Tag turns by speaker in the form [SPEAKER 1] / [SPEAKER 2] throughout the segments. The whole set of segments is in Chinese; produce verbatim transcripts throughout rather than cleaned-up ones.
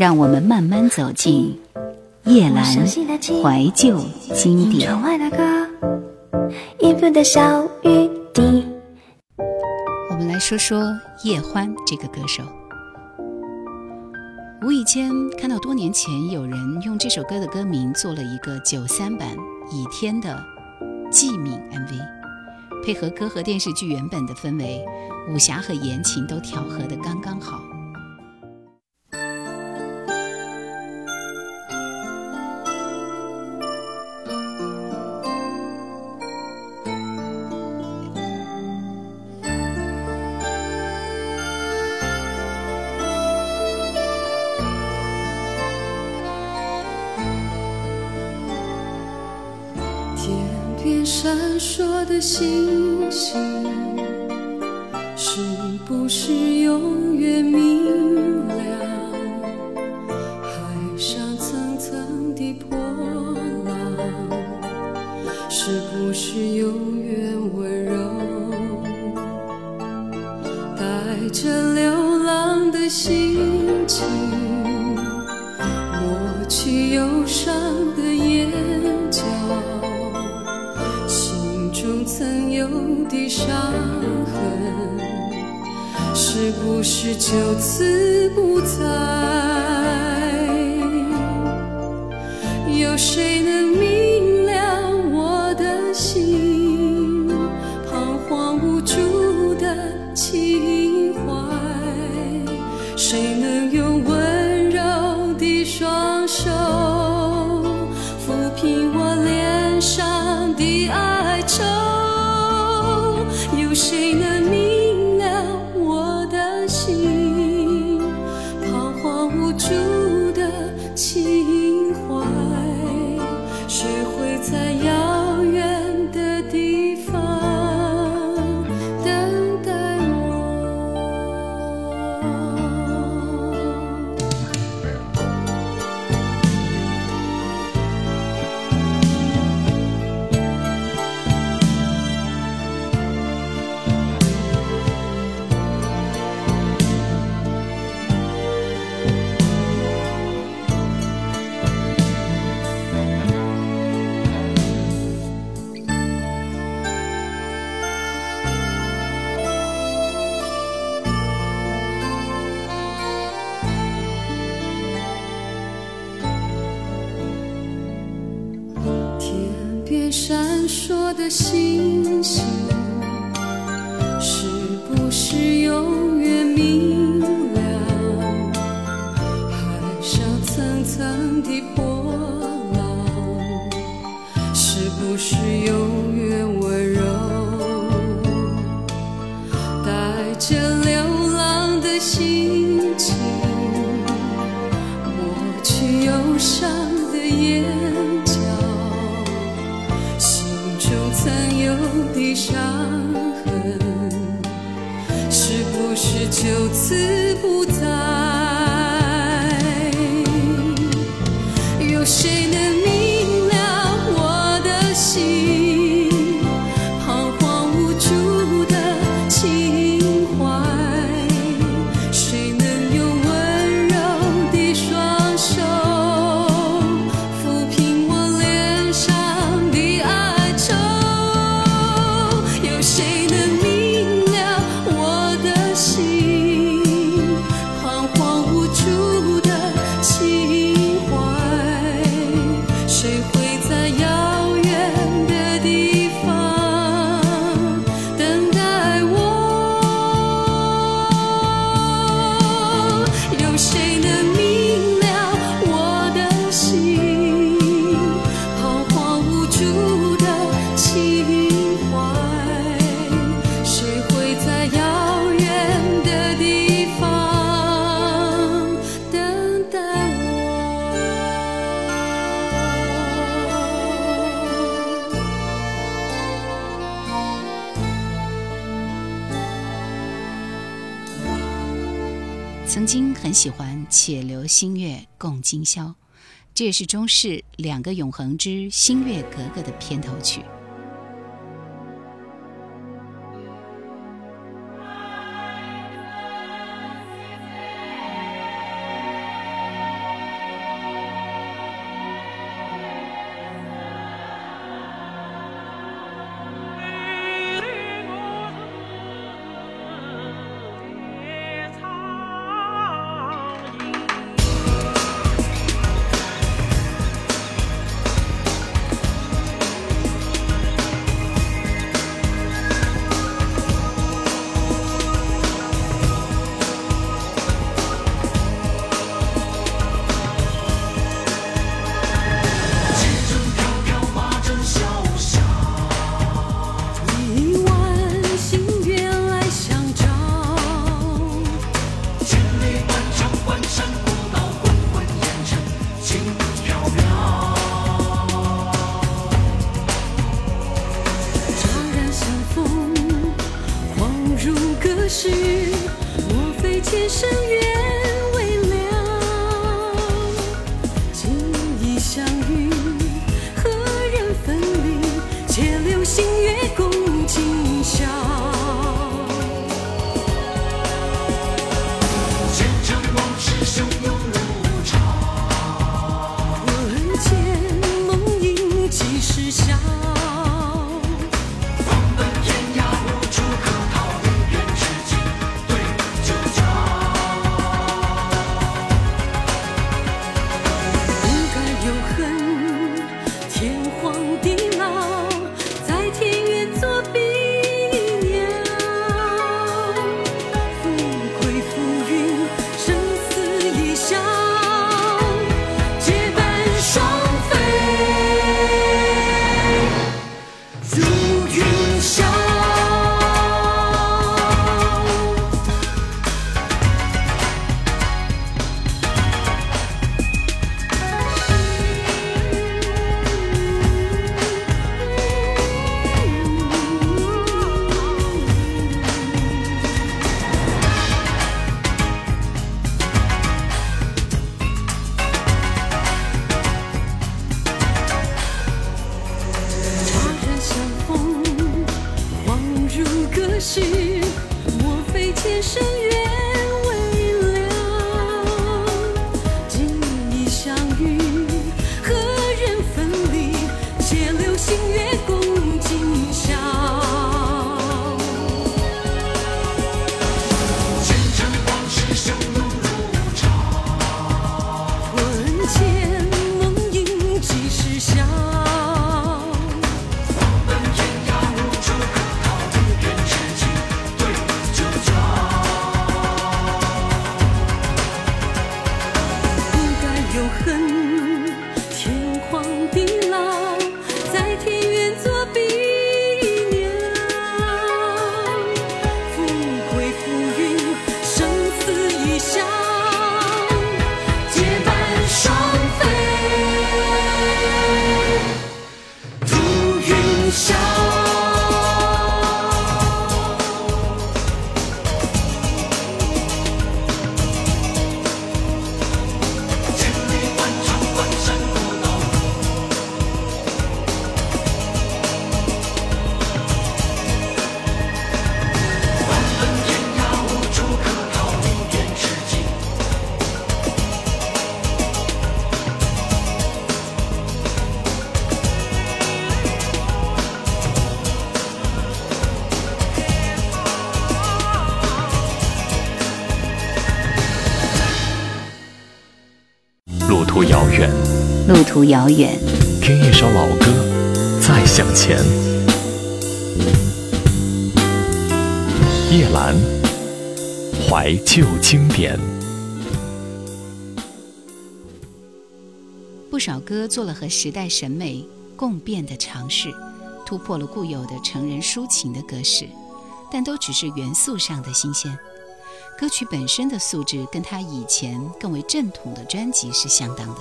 [SPEAKER 1] 让我们慢慢走进夜阑怀旧经典。我们来说说叶欢这个歌手。无意间看到多年前有人用这首歌的歌名做了一个九三版倚天的寂悯 M V， 配合歌和电视剧原本的氛围，武侠和言情都调和得刚刚好。
[SPEAKER 2] 闪烁的星星，是不是永远明亮？海上层层的波浪，是不是永远温柔？带着流浪的心情，抹去忧伤的眼角，曾有的伤痕，是不是就此不再？有谁能明了我的心，彷徨无助的情怀？谁能用温柔的双手抚平我脸上的哀愁？有谁能明了我的心，彷徨无助的情怀？谁会在遥远的地方等待我？闪烁的星星，是不是永远明亮？海上层层的波浪，是不是永远温柔？带着流浪的心情，抹去忧伤的眼角，曾有的伤痕，是不是就此不再？有谁能明了我的心，彷徨无助的情怀？谁能用温柔的双手抚平我脸上的哀愁？谁能明了我的心，彷徨无助的情怀？谁会在遥远的地方等待我？有谁能明了我的心，彷徨无助的情怀？在遥远的地方等待我。
[SPEAKER 1] 曾经很喜欢《且留新月共今宵》，这也是中视《两个永恒之新月格格》的片头曲。
[SPEAKER 2] 恨，天荒地老，在田园做逼娘。富贵浮云，生死一笑，结伴双飞，如云霄。
[SPEAKER 3] 路途遥远，
[SPEAKER 1] 路途遥远，
[SPEAKER 3] 听一首老歌，再向前。叶兰，怀旧经典。
[SPEAKER 1] 不少歌做了和时代审美共变的尝试，突破了固有的成人抒情的格式，但都只是元素上的新鲜。歌曲本身的素质跟他以前更为正统的专辑是相当的。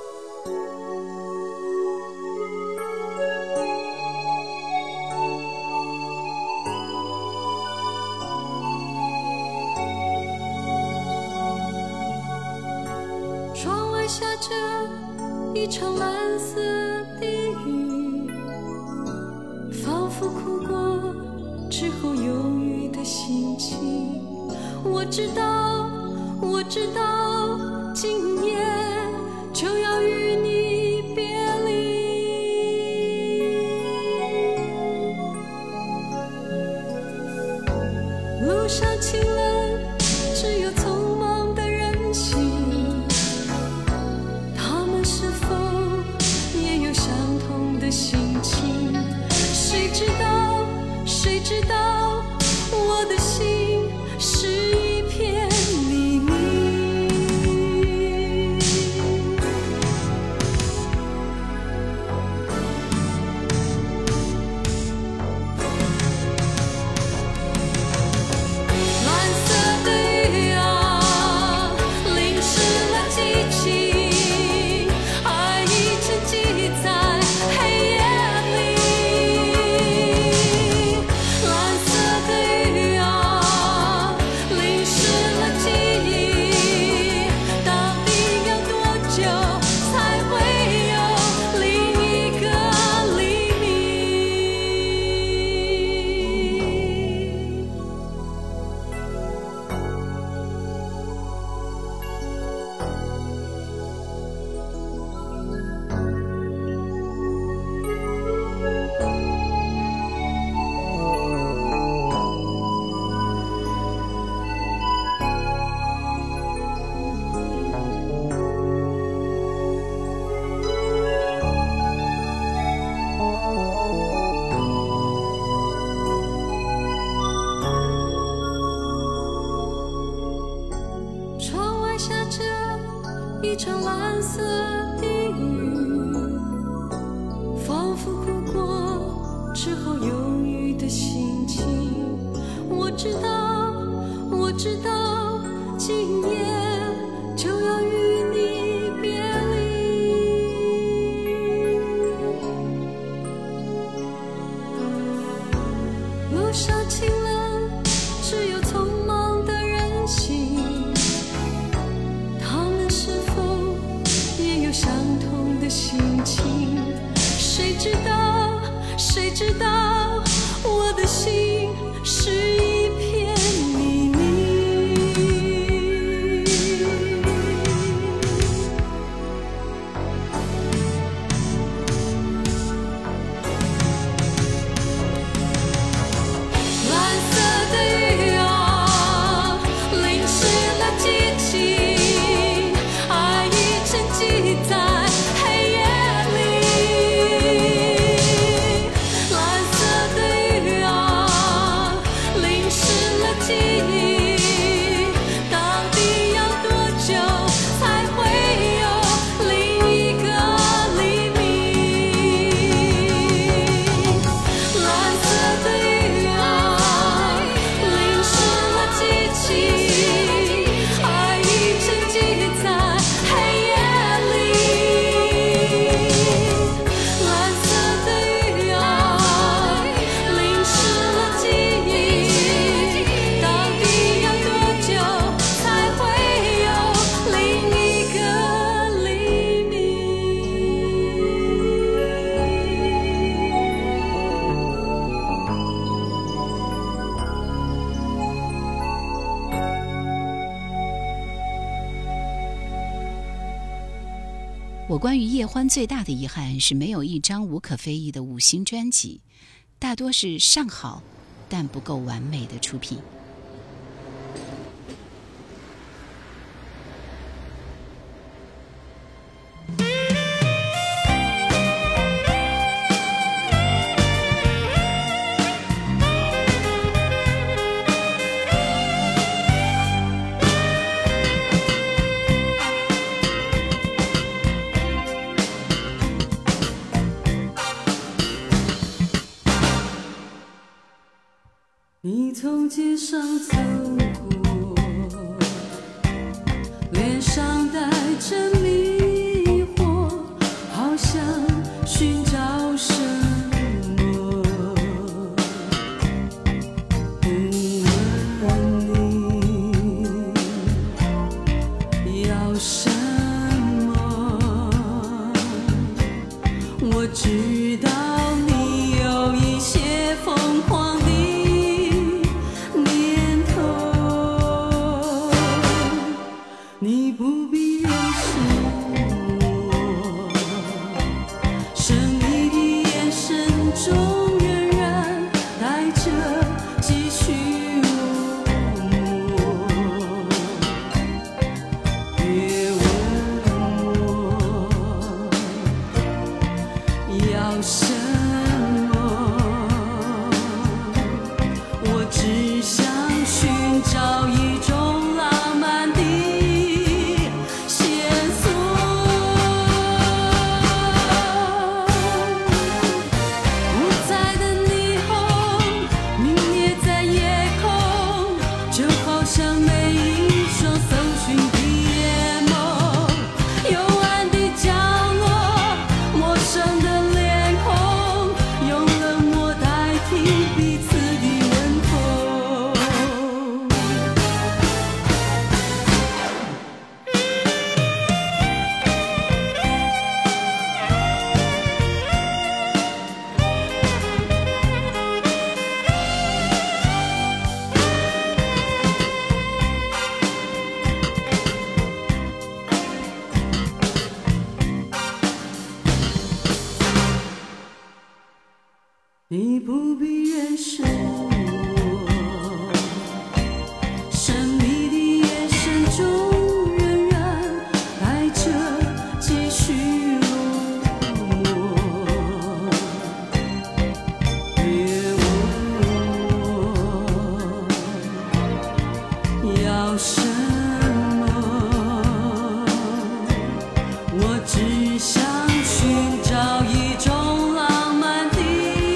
[SPEAKER 2] 窗外下着一场蓝色的雨，仿佛哭过之后有雨的心情。我知道，我知道，今夜就要与你别离。路上清冷，只有匆忙的人行，他们是否也有相同的心情？谁知道，谁知道，我的心是一片黎明。蓝色的雨啊，淋湿了激情，爱已沉寂在黑夜里。蓝色的雨啊，淋湿了记忆，到底要多久才会有另一个黎明？窗外下着一场蓝色的雨，仿佛哭过之后有雨的心情。我知道，我知道，今夜就要与你别离。路上清冷，只有匆忙的人行，他们是否也有相同的心情？谁知道，谁知道，我的心是一片黎明。蓝色的雨啊，淋湿了激情，爱已沉寂在黑夜里。蓝色的雨啊，淋
[SPEAKER 1] 我关于叶欢最大的遗憾是没有一张无可非议的五星专辑，大多是尚好但不够完美的出品。
[SPEAKER 2] 你从街上走过，脸上带着迷惑，好像寻找什么。不问你要什么，我知道你有一些疯狂的你不必认识我，神秘的眼神中仍然带着几许落寞。别问我要什么，我只想寻找一种浪漫的你不必认识我，神秘的眼神中仍然带着几许落寞。别问我要什么，我只想寻找一种浪漫的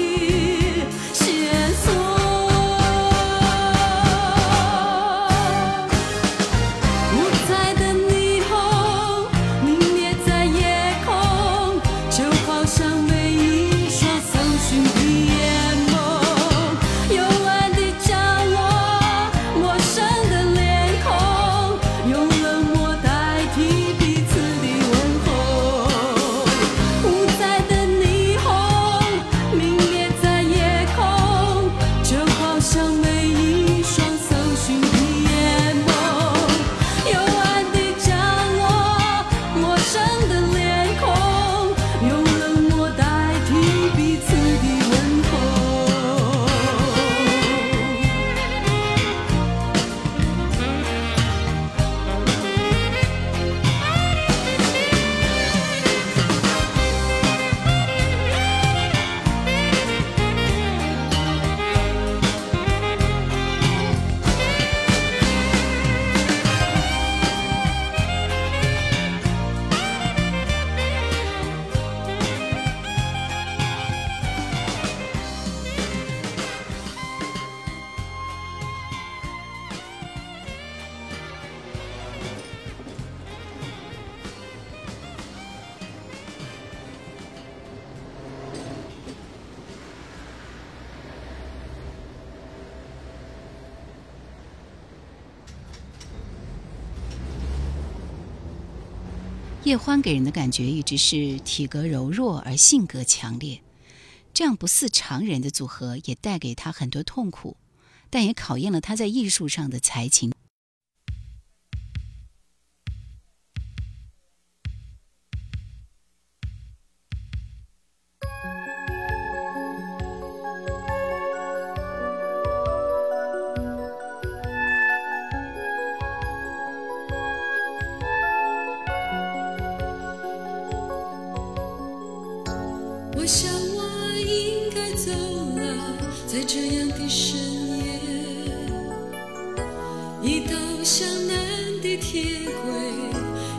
[SPEAKER 1] 叶欢给人的感觉一直是体格柔弱而性格强烈，这样不似常人的组合也带给他很多痛苦，但也考验了他在艺术上的才情。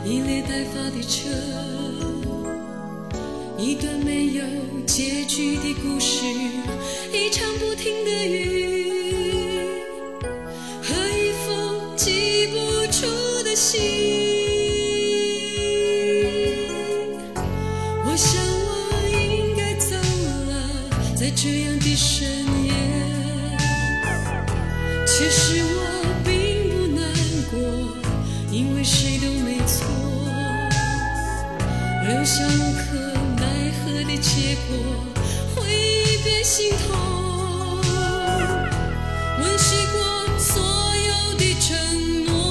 [SPEAKER 2] 一列待发的车，一段没有结局的故事，一场不停的雨，和一封寄不出的信。我想我应该走了，在这样的深夜，其实我并不难过，因为谁都没错，留下无可奈何的结果，回忆别心痛，温习过所有的承诺。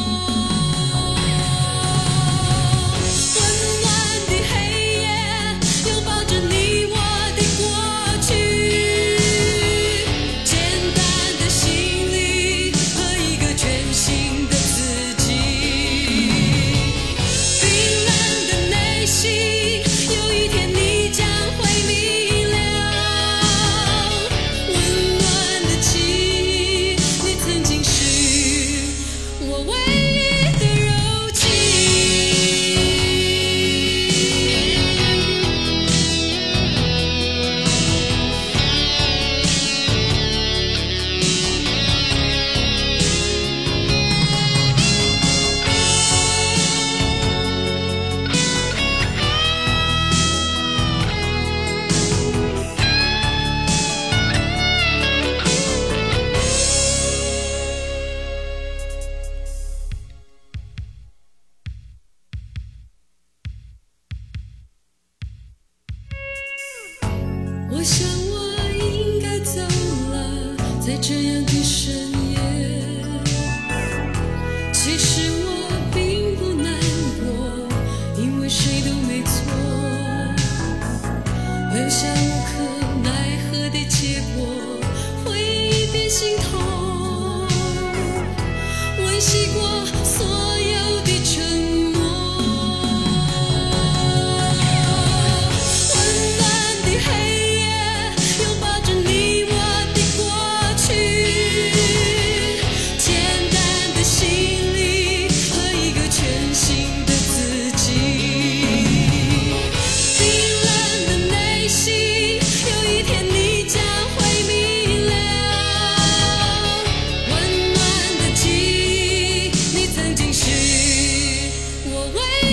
[SPEAKER 2] 温暖的黑夜拥抱着你我的过去，简单的心里和一个全新的自己，冰冷的内心有一天你将会明了，温暖的记忆你曾经是我唯一的柔情。我想我应该走了，在这样的深夜，其实我并不难过，因为谁都没错，留下无可奈何的结果，回忆别心痛，温习过所有的承诺。温暖的黑夜拥抱着你我的过去，简单的心里和一个全新的自己，冰冷的内心有一天你将会明了，温暖的记忆你曾经是我唯